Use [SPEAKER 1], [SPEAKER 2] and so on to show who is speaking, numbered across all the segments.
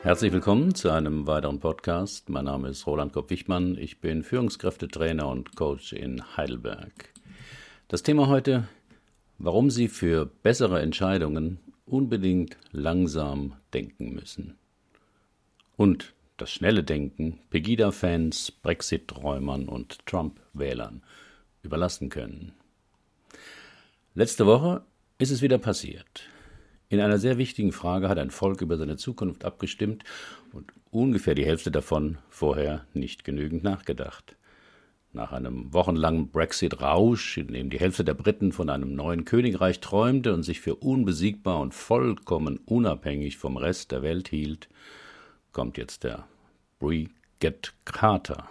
[SPEAKER 1] Herzlich willkommen zu einem weiteren Podcast. Mein Name ist Roland Kopp-Wichmann. Ich bin Führungskräftetrainer und Coach in Heidelberg. Das Thema heute: Warum Sie für bessere Entscheidungen unbedingt langsam denken müssen. Und das schnelle Denken Pegida-Fans, Brexit-Träumern und Trump-Wählern überlassen können. Letzte Woche ist es wieder passiert. In einer sehr wichtigen Frage hat ein Volk über seine Zukunft abgestimmt und ungefähr die Hälfte davon vorher nicht genügend nachgedacht. Nach einem wochenlangen Brexit-Rausch, in dem die Hälfte der Briten von einem neuen Königreich träumte und sich für unbesiegbar und vollkommen unabhängig vom Rest der Welt hielt, kommt jetzt der Brexit Carter.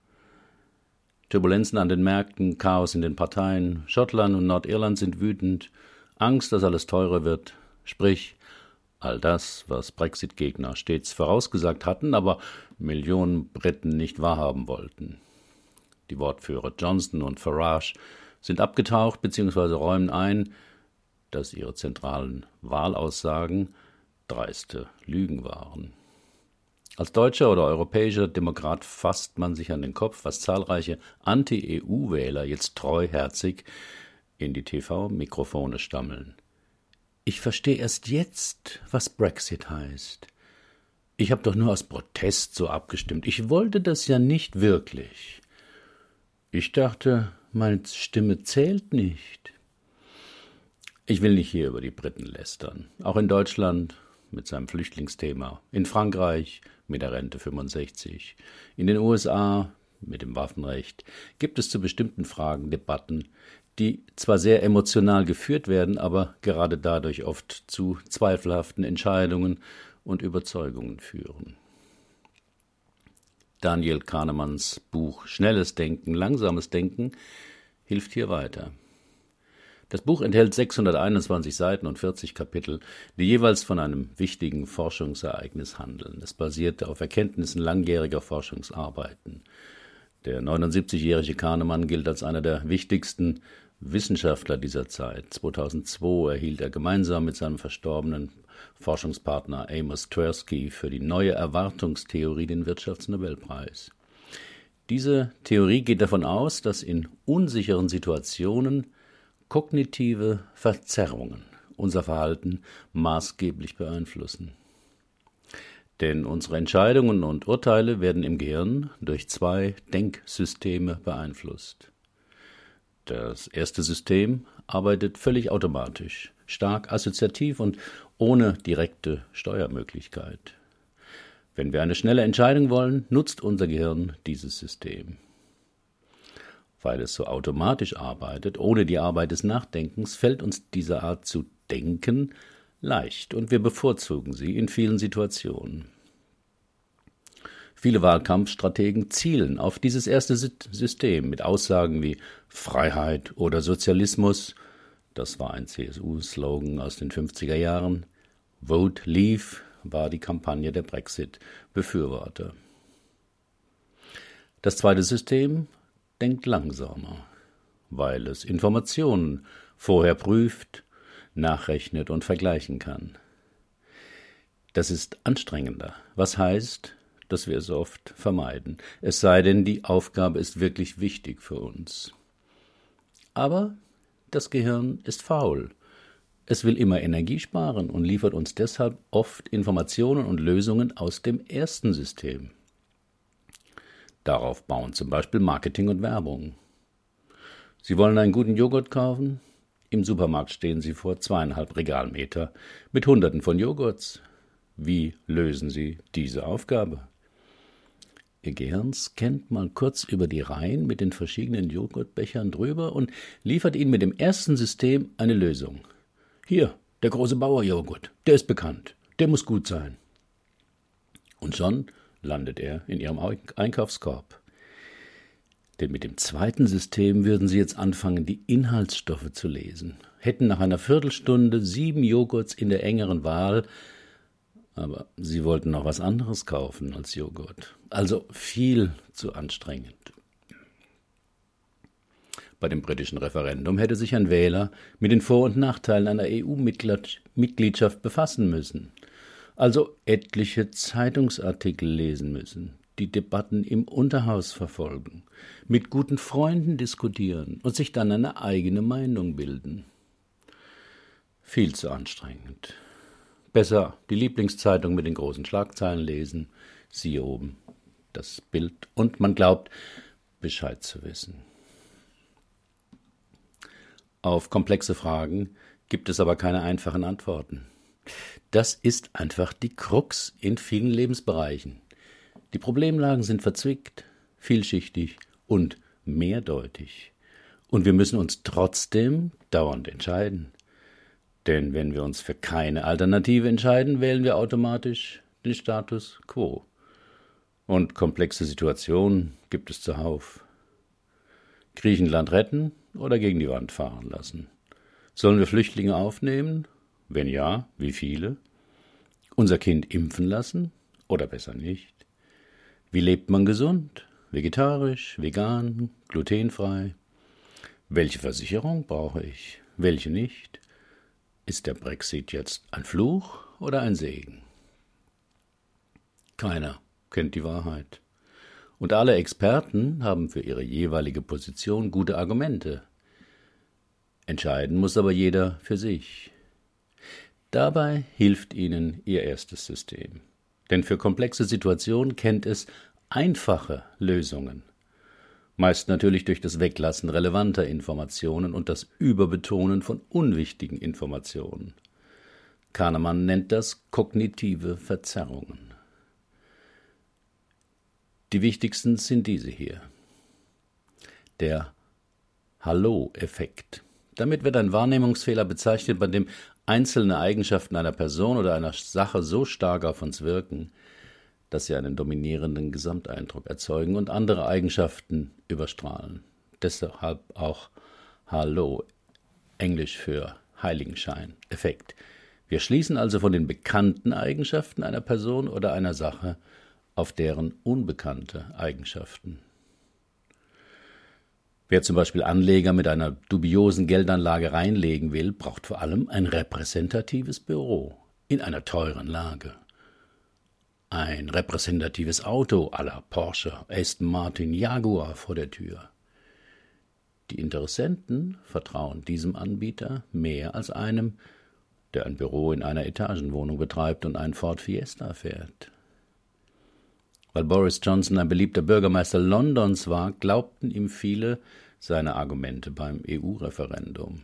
[SPEAKER 1] Turbulenzen an den Märkten, Chaos in den Parteien, Schottland und Nordirland sind wütend, Angst, dass alles teurer wird, sprich all das, was Brexit-Gegner stets vorausgesagt hatten, aber Millionen Briten nicht wahrhaben wollten. Die Wortführer Johnson und Farage sind abgetaucht bzw. räumen ein, dass ihre zentralen Wahlaussagen dreiste Lügen waren. Als deutscher oder europäischer Demokrat fasst man sich an den Kopf, was zahlreiche Anti-EU-Wähler jetzt treuherzig in die TV-Mikrofone stammeln. Ich verstehe erst jetzt, was Brexit heißt. Ich habe doch nur aus Protest so abgestimmt. Ich wollte das ja nicht wirklich. Ich dachte, meine Stimme zählt nicht. Ich will nicht hier über die Briten lästern. Auch in Deutschland mit seinem Flüchtlingsthema, in Frankreich mit der Rente 65, in den USA mit dem Waffenrecht gibt es zu bestimmten Fragen Debatten, die zwar sehr emotional geführt werden, aber gerade dadurch oft zu zweifelhaften Entscheidungen und Überzeugungen führen. Daniel Kahnemanns Buch Schnelles Denken, Langsames Denken hilft hier weiter. Das Buch enthält 621 Seiten und 40 Kapitel, die jeweils von einem wichtigen Forschungsereignis handeln. Es basiert auf Erkenntnissen langjähriger Forschungsarbeiten. Der 79-jährige Kahnemann gilt als einer der wichtigsten Wissenschaftler dieser Zeit. 2002 erhielt er gemeinsam mit seinem verstorbenen Forschungspartner Amos Tversky für die neue Erwartungstheorie den Wirtschaftsnobelpreis. Diese Theorie geht davon aus, dass in unsicheren Situationen kognitive Verzerrungen unser Verhalten maßgeblich beeinflussen. Denn unsere Entscheidungen und Urteile werden im Gehirn durch zwei Denksysteme beeinflusst. Das erste System arbeitet völlig automatisch, stark assoziativ und ohne direkte Steuermöglichkeit. Wenn wir eine schnelle Entscheidung wollen, nutzt unser Gehirn dieses System. Weil es so automatisch arbeitet, ohne die Arbeit des Nachdenkens, fällt uns diese Art zu denken leicht und wir bevorzugen sie in vielen Situationen. Viele Wahlkampfstrategen zielen auf dieses erste System mit Aussagen wie Freiheit oder Sozialismus, das war ein CSU-Slogan aus den 50er Jahren, Vote Leave war die Kampagne der Brexit-Befürworter. Das zweite System denkt langsamer, weil es Informationen vorher prüft, nachrechnet und vergleichen kann. Das ist anstrengender, was heißt, dass wir es oft vermeiden, es sei denn, die Aufgabe ist wirklich wichtig für uns. Aber das Gehirn ist faul. Es will immer Energie sparen und liefert uns deshalb oft Informationen und Lösungen aus dem ersten System. Darauf bauen zum Beispiel Marketing und Werbung. Sie wollen einen guten Joghurt kaufen? Im Supermarkt stehen Sie vor 2,5 Regalmeter mit Hunderten von Joghurts. Wie lösen Sie diese Aufgabe? Ihr Gehirn scannt mal kurz über die Reihen mit den verschiedenen Joghurtbechern drüber und liefert Ihnen mit dem ersten System eine Lösung. Hier, der große Bauerjoghurt, der ist bekannt, der muss gut sein. Und schon landet er in Ihrem Einkaufskorb. Denn mit dem zweiten System würden Sie jetzt anfangen, die Inhaltsstoffe zu lesen, hätten nach einer Viertelstunde 7 Joghurts in der engeren Wahl, aber Sie wollten noch was anderes kaufen als Joghurt. Also viel zu anstrengend. Bei dem britischen Referendum hätte sich ein Wähler mit den Vor- und Nachteilen einer EU-Mitgliedschaft befassen müssen. Also etliche Zeitungsartikel lesen müssen, die Debatten im Unterhaus verfolgen, mit guten Freunden diskutieren und sich dann eine eigene Meinung bilden. Viel zu anstrengend. Besser die Lieblingszeitung mit den großen Schlagzeilen lesen, siehe oben das Bild, und man glaubt, Bescheid zu wissen. Auf komplexe Fragen gibt es aber keine einfachen Antworten. Das ist einfach die Krux in vielen Lebensbereichen. Die Problemlagen sind verzwickt, vielschichtig und mehrdeutig. Und wir müssen uns trotzdem dauernd entscheiden. Denn wenn wir uns für keine Alternative entscheiden, wählen wir automatisch den Status quo. Und komplexe Situationen gibt es zuhauf. Griechenland retten oder gegen die Wand fahren lassen? Sollen wir Flüchtlinge aufnehmen? Wenn ja, wie viele? Unser Kind impfen lassen oder besser nicht? Wie lebt man gesund? Vegetarisch, vegan, glutenfrei? Welche Versicherung brauche ich? Welche nicht? Ist der Brexit jetzt ein Fluch oder ein Segen? Keiner kennt die Wahrheit. Und alle Experten haben für ihre jeweilige Position gute Argumente. Entscheiden muss aber jeder für sich. Dabei hilft ihnen ihr erstes System. Denn für komplexe Situationen kennt es einfache Lösungen. Meist natürlich durch das Weglassen relevanter Informationen und das Überbetonen von unwichtigen Informationen. Kahnemann nennt das kognitive Verzerrungen. Die wichtigsten sind diese hier. Der Hallo-Effekt. Damit wird ein Wahrnehmungsfehler bezeichnet, bei dem einzelne Eigenschaften einer Person oder einer Sache so stark auf uns wirken, dass sie einen dominierenden Gesamteindruck erzeugen und andere Eigenschaften überstrahlen. Deshalb auch Hallo, Englisch für Heiligenschein, Effekt. Wir schließen also von den bekannten Eigenschaften einer Person oder einer Sache auf deren unbekannte Eigenschaften. Wer zum Beispiel Anleger mit einer dubiosen Geldanlage reinlegen will, braucht vor allem ein repräsentatives Büro in einer teuren Lage. Ein repräsentatives Auto à la Porsche, Aston Martin, Jaguar vor der Tür. Die Interessenten vertrauen diesem Anbieter mehr als einem, der ein Büro in einer Etagenwohnung betreibt und einen Ford Fiesta fährt. Weil Boris Johnson ein beliebter Bürgermeister Londons war, glaubten ihm viele seine Argumente beim EU-Referendum.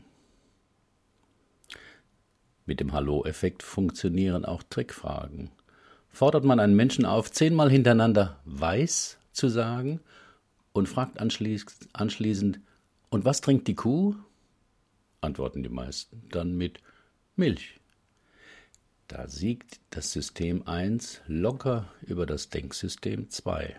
[SPEAKER 1] Mit dem Hallo-Effekt funktionieren auch Trickfragen. Fordert man einen Menschen auf, 10-mal hintereinander weiß zu sagen und fragt anschließend, und was trinkt die Kuh? Antworten die meisten dann mit Milch. Da siegt das System 1 locker über das Denksystem 2.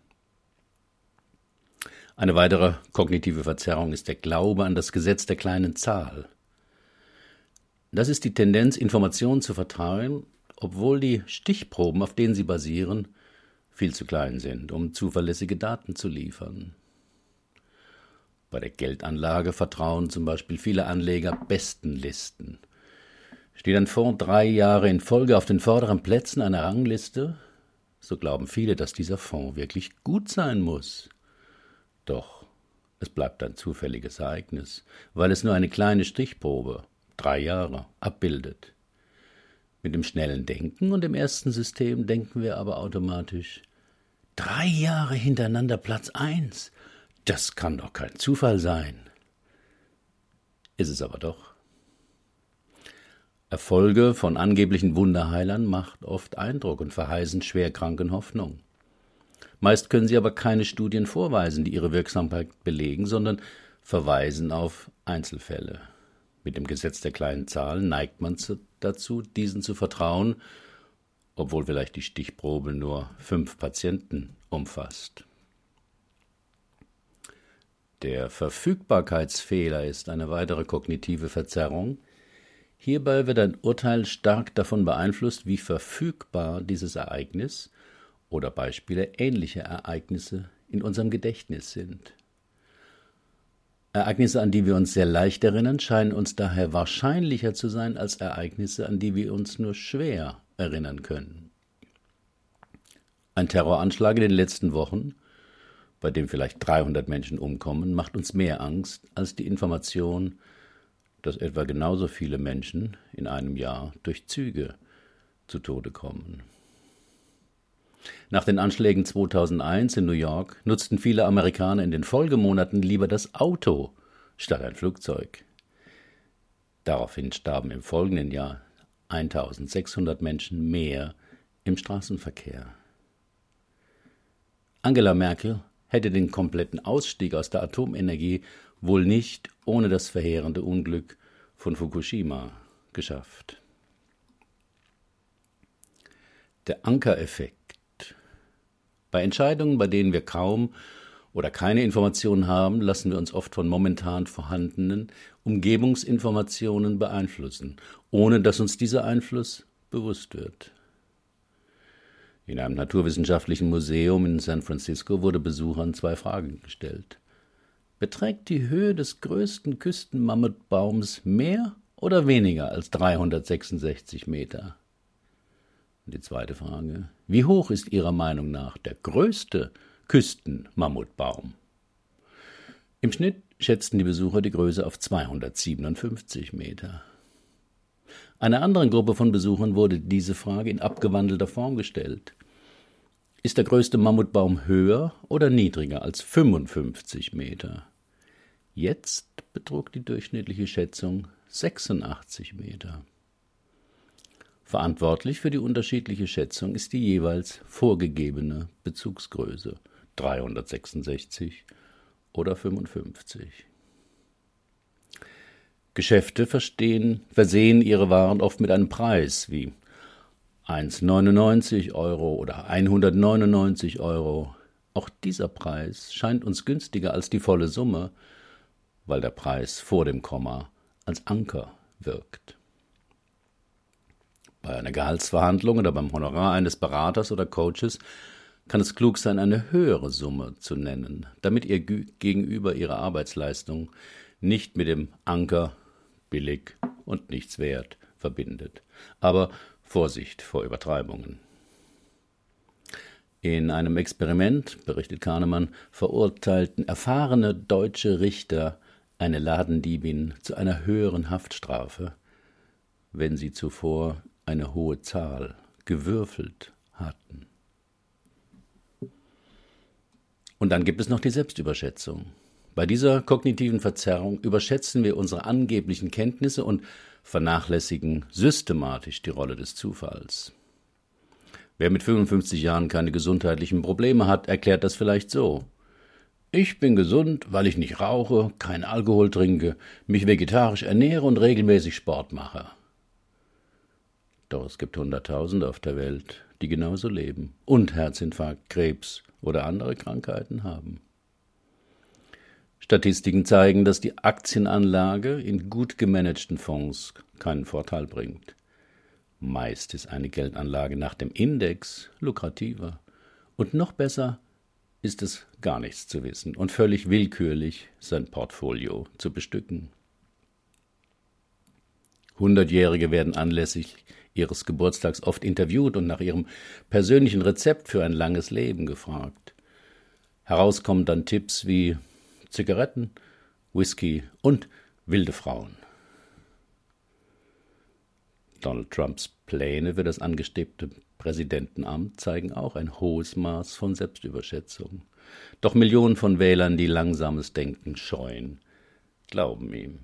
[SPEAKER 1] Eine weitere kognitive Verzerrung ist der Glaube an das Gesetz der kleinen Zahl. Das ist die Tendenz, Informationen zu vertrauen, obwohl die Stichproben, auf denen sie basieren, viel zu klein sind, um zuverlässige Daten zu liefern. Bei der Geldanlage vertrauen zum Beispiel viele Anleger Bestenlisten. Steht ein Fonds 3 Jahre in Folge auf den vorderen Plätzen einer Rangliste, so glauben viele, dass dieser Fonds wirklich gut sein muss. Doch es bleibt ein zufälliges Ereignis, weil es nur eine kleine Stichprobe, 3 Jahre, abbildet. Mit dem schnellen Denken und dem ersten System denken wir aber automatisch, 3 Jahre hintereinander Platz 1, das kann doch kein Zufall sein. Ist es aber doch. Erfolge von angeblichen Wunderheilern macht oft Eindruck und verheißen Schwerkranken Hoffnung. Meist können sie aber keine Studien vorweisen, die ihre Wirksamkeit belegen, sondern verweisen auf Einzelfälle. Mit dem Gesetz der kleinen Zahlen neigt man dazu, diesen zu vertrauen, obwohl vielleicht die Stichprobe nur 5 Patienten umfasst. Der Verfügbarkeitsfehler ist eine weitere kognitive Verzerrung. Hierbei wird ein Urteil stark davon beeinflusst, wie verfügbar dieses Ereignis oder Beispiele ähnlicher Ereignisse in unserem Gedächtnis sind. Ereignisse, an die wir uns sehr leicht erinnern, scheinen uns daher wahrscheinlicher zu sein als Ereignisse, an die wir uns nur schwer erinnern können. Ein Terroranschlag in den letzten Wochen, bei dem vielleicht 300 Menschen umkommen, macht uns mehr Angst als die Information, dass etwa genauso viele Menschen in einem Jahr durch Züge zu Tode kommen. Nach den Anschlägen 2001 in New York nutzten viele Amerikaner in den Folgemonaten lieber das Auto statt ein Flugzeug. Daraufhin starben im folgenden Jahr 1600 Menschen mehr im Straßenverkehr. Angela Merkel hätte den kompletten Ausstieg aus der Atomenergie wohl nicht ohne das verheerende Unglück von Fukushima geschafft. Der Ankereffekt. Bei Entscheidungen, bei denen wir kaum oder keine Informationen haben, lassen wir uns oft von momentan vorhandenen Umgebungsinformationen beeinflussen, ohne dass uns dieser Einfluss bewusst wird. In einem naturwissenschaftlichen Museum in San Francisco wurde Besuchern 2 Fragen gestellt. Beträgt die Höhe des größten Küstenmammutbaums mehr oder weniger als 366 Meter? Und die zweite Frage: Wie hoch ist Ihrer Meinung nach der größte Küstenmammutbaum? Im Schnitt schätzten die Besucher die Größe auf 257 Meter. Einer anderen Gruppe von Besuchern wurde diese Frage in abgewandelter Form gestellt. Ist der größte Mammutbaum höher oder niedriger als 55 Meter? Jetzt betrug die durchschnittliche Schätzung 86 Meter. Verantwortlich für die unterschiedliche Schätzung ist die jeweils vorgegebene Bezugsgröße, 366 oder 55. Geschäfte versehen ihre Waren oft mit einem Preis wie 1,99 € oder 199 €. Auch dieser Preis scheint uns günstiger als die volle Summe, weil der Preis vor dem Komma als Anker wirkt. Bei einer Gehaltsverhandlung oder beim Honorar eines Beraters oder Coaches kann es klug sein, eine höhere Summe zu nennen, damit Ihr Gegenüber Ihre Arbeitsleistung nicht mit dem Anker billig und nichts wert verbindet. Aber Vorsicht vor Übertreibungen. In einem Experiment, berichtet Kahnemann, verurteilten erfahrene deutsche Richter eine Ladendiebin zu einer höheren Haftstrafe, wenn sie zuvor eine hohe Zahl gewürfelt hatten. Und dann gibt es noch die Selbstüberschätzung. Bei dieser kognitiven Verzerrung überschätzen wir unsere angeblichen Kenntnisse und vernachlässigen systematisch die Rolle des Zufalls. Wer mit 55 Jahren keine gesundheitlichen Probleme hat, erklärt das vielleicht so: Ich bin gesund, weil ich nicht rauche, keinen Alkohol trinke, mich vegetarisch ernähre und regelmäßig Sport mache. Doch es gibt Hunderttausende auf der Welt, die genauso leben und Herzinfarkt, Krebs oder andere Krankheiten haben. Statistiken zeigen, dass die Aktienanlage in gut gemanagten Fonds keinen Vorteil bringt. Meist ist eine Geldanlage nach dem Index lukrativer. Und noch besser ist es, gar nichts zu wissen und völlig willkürlich sein Portfolio zu bestücken. 100-Jährige werden anlässlich ihres Geburtstags oft interviewt und nach ihrem persönlichen Rezept für ein langes Leben gefragt. Herauskommen dann Tipps wie Zigaretten, Whisky und wilde Frauen. Donald Trumps Pläne für das angestrebte Präsidentenamt zeigen auch ein hohes Maß von Selbstüberschätzung. Doch Millionen von Wählern, die langsames Denken scheuen, glauben ihm.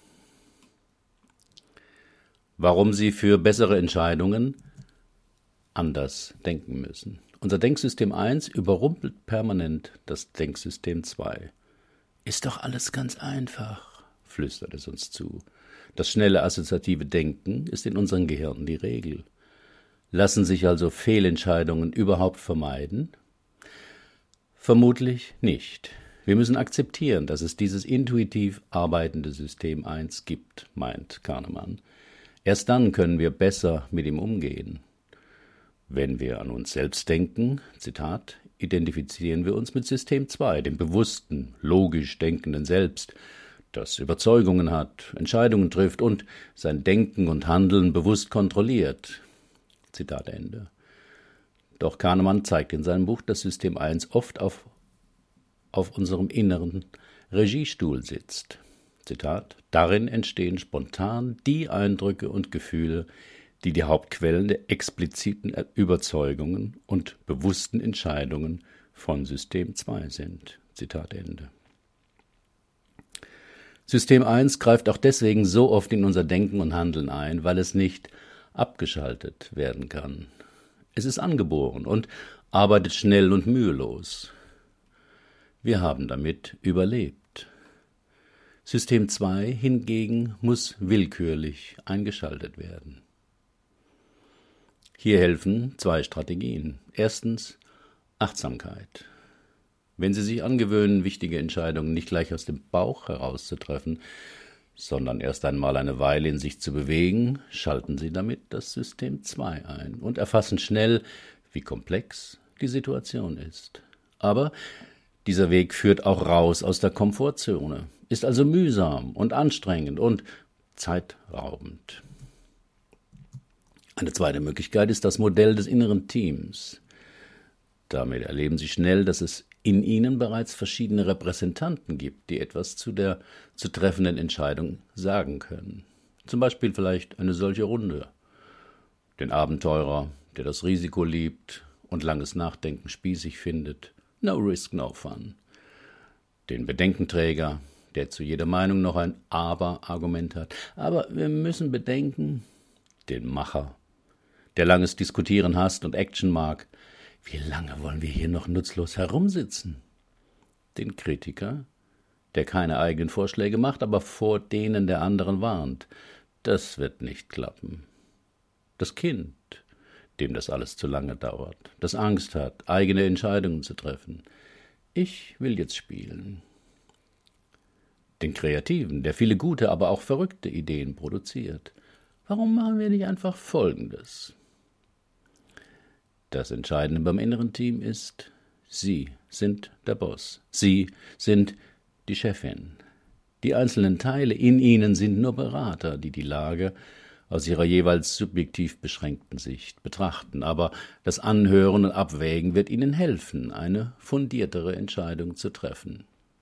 [SPEAKER 1] Warum sie für bessere Entscheidungen anders denken müssen. Unser Denksystem 1 überrumpelt permanent das Denksystem 2. Ist doch alles ganz einfach, flüstert es uns zu. Das schnelle assoziative Denken ist in unseren Gehirnen die Regel. Lassen sich also Fehlentscheidungen überhaupt vermeiden? Vermutlich nicht. Wir müssen akzeptieren, dass es dieses intuitiv arbeitende System 1 gibt, meint Kahnemann. Erst dann können wir besser mit ihm umgehen. Wenn wir an uns selbst denken, Zitat, identifizieren wir uns mit System 2, dem bewussten, logisch denkenden Selbst, das Überzeugungen hat, Entscheidungen trifft und sein Denken und Handeln bewusst kontrolliert. Zitat Ende. Doch Kahnemann zeigt in seinem Buch, dass System 1 oft auf unserem inneren Regiestuhl sitzt. Zitat: Darin entstehen spontan die Eindrücke und Gefühle, die die Hauptquellen der expliziten Überzeugungen und bewussten Entscheidungen von System 2 sind. Zitat Ende. System 1 greift auch deswegen so oft in unser Denken und Handeln ein, weil es nicht abgeschaltet werden kann. Es ist angeboren und arbeitet schnell und mühelos. Wir haben damit überlebt. System 2 hingegen muss willkürlich eingeschaltet werden. Hier helfen 2 Strategien. Erstens Achtsamkeit. Wenn Sie sich angewöhnen, wichtige Entscheidungen nicht gleich aus dem Bauch heraus zu treffen, sondern erst einmal eine Weile in sich zu bewegen, schalten Sie damit das System 2 ein und erfassen schnell, wie komplex die Situation ist. Aber dieser Weg führt auch raus aus der Komfortzone, ist also mühsam und anstrengend und zeitraubend. Eine zweite Möglichkeit ist das Modell des inneren Teams. Damit erleben Sie schnell, dass es in Ihnen bereits verschiedene Repräsentanten gibt, die etwas zu der zu treffenden Entscheidung sagen können. Zum Beispiel vielleicht eine solche Runde. Den Abenteurer, der das Risiko liebt und langes Nachdenken spießig findet. No risk, no fun. Den Bedenkenträger, der zu jeder Meinung noch ein Aber-Argument hat. Aber wir müssen bedenken, den Macher, der langes Diskutieren hasst und Action mag. Wie lange wollen wir hier noch nutzlos herumsitzen? Den Kritiker, der keine eigenen Vorschläge macht, aber vor denen der anderen warnt. Das wird nicht klappen. Das Kind, dem das alles zu lange dauert, das Angst hat, eigene Entscheidungen zu treffen. Ich will jetzt spielen. Den Kreativen, der viele gute, aber auch verrückte Ideen produziert. Warum machen wir nicht einfach Folgendes? Das Entscheidende beim inneren Team ist, Sie sind der Boss. Sie sind die Chefin. Die einzelnen Teile in Ihnen sind nur Berater, die die Lage aus ihrer jeweils subjektiv beschränkten Sicht betrachten. Aber das Anhören und Abwägen wird Ihnen helfen, eine fundiertere Entscheidung zu treffen.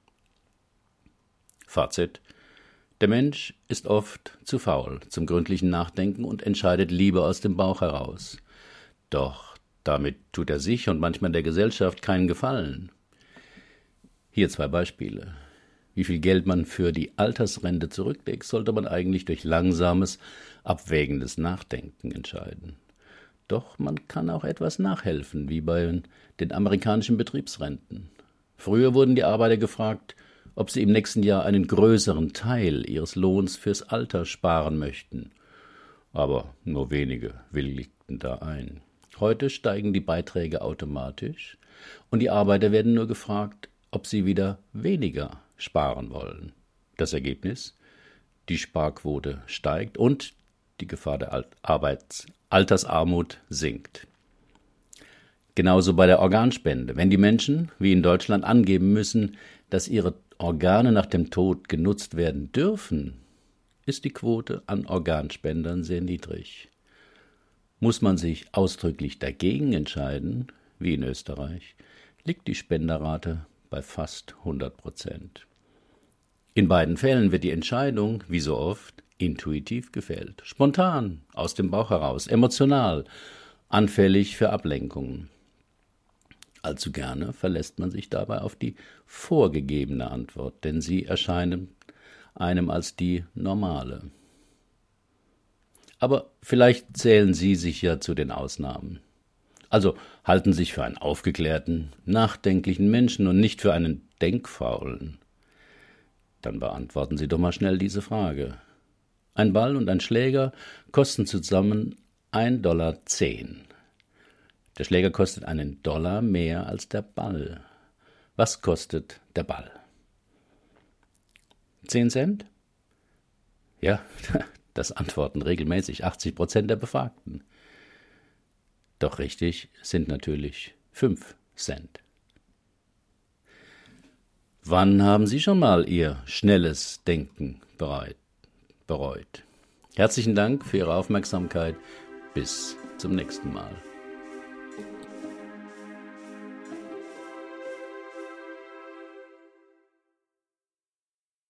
[SPEAKER 1] Fazit: Der Mensch ist oft zu faul zum gründlichen Nachdenken und entscheidet lieber aus dem Bauch heraus. Doch damit tut er sich und manchmal der Gesellschaft keinen Gefallen. Hier 2 Beispiele. Wie viel Geld man für die Altersrente zurücklegt, sollte man eigentlich durch langsames, abwägendes Nachdenken entscheiden. Doch man kann auch etwas nachhelfen, wie bei den amerikanischen Betriebsrenten. Früher wurden die Arbeiter gefragt, ob sie im nächsten Jahr einen größeren Teil ihres Lohns fürs Alter sparen möchten. Aber nur wenige willigten da ein. Heute steigen die Beiträge automatisch und die Arbeiter werden nur gefragt, ob sie wieder weniger sparen wollen. Das Ergebnis? Die Sparquote steigt und die Gefahr der Altersarmut sinkt. Genauso bei der Organspende. Wenn die Menschen, wie in Deutschland, angeben müssen, dass ihre Organe nach dem Tod genutzt werden dürfen, ist die Quote an Organspendern sehr niedrig. Muss man sich ausdrücklich dagegen entscheiden, wie in Österreich, liegt die Spenderrate bei fast 100%. In beiden Fällen wird die Entscheidung, wie so oft, intuitiv gefällt, spontan, aus dem Bauch heraus, emotional, anfällig für Ablenkungen. Allzu gerne verlässt man sich dabei auf die vorgegebene Antwort, denn sie erscheinen einem als die normale. Aber vielleicht zählen Sie sich ja zu den Ausnahmen. Also halten sich für einen aufgeklärten, nachdenklichen Menschen und nicht für einen denkfaulen. Dann beantworten Sie doch mal schnell diese Frage. Ein Ball und ein Schläger kosten zusammen 1,10 $. Der Schläger kostet $1 mehr als der Ball. Was kostet der Ball? 10 Cent? Ja, das antworten regelmäßig 80% der Befragten. Doch richtig sind natürlich 5 Cent. Wann haben Sie schon mal Ihr schnelles Denken bereut? Herzlichen Dank für Ihre Aufmerksamkeit. Bis zum nächsten Mal.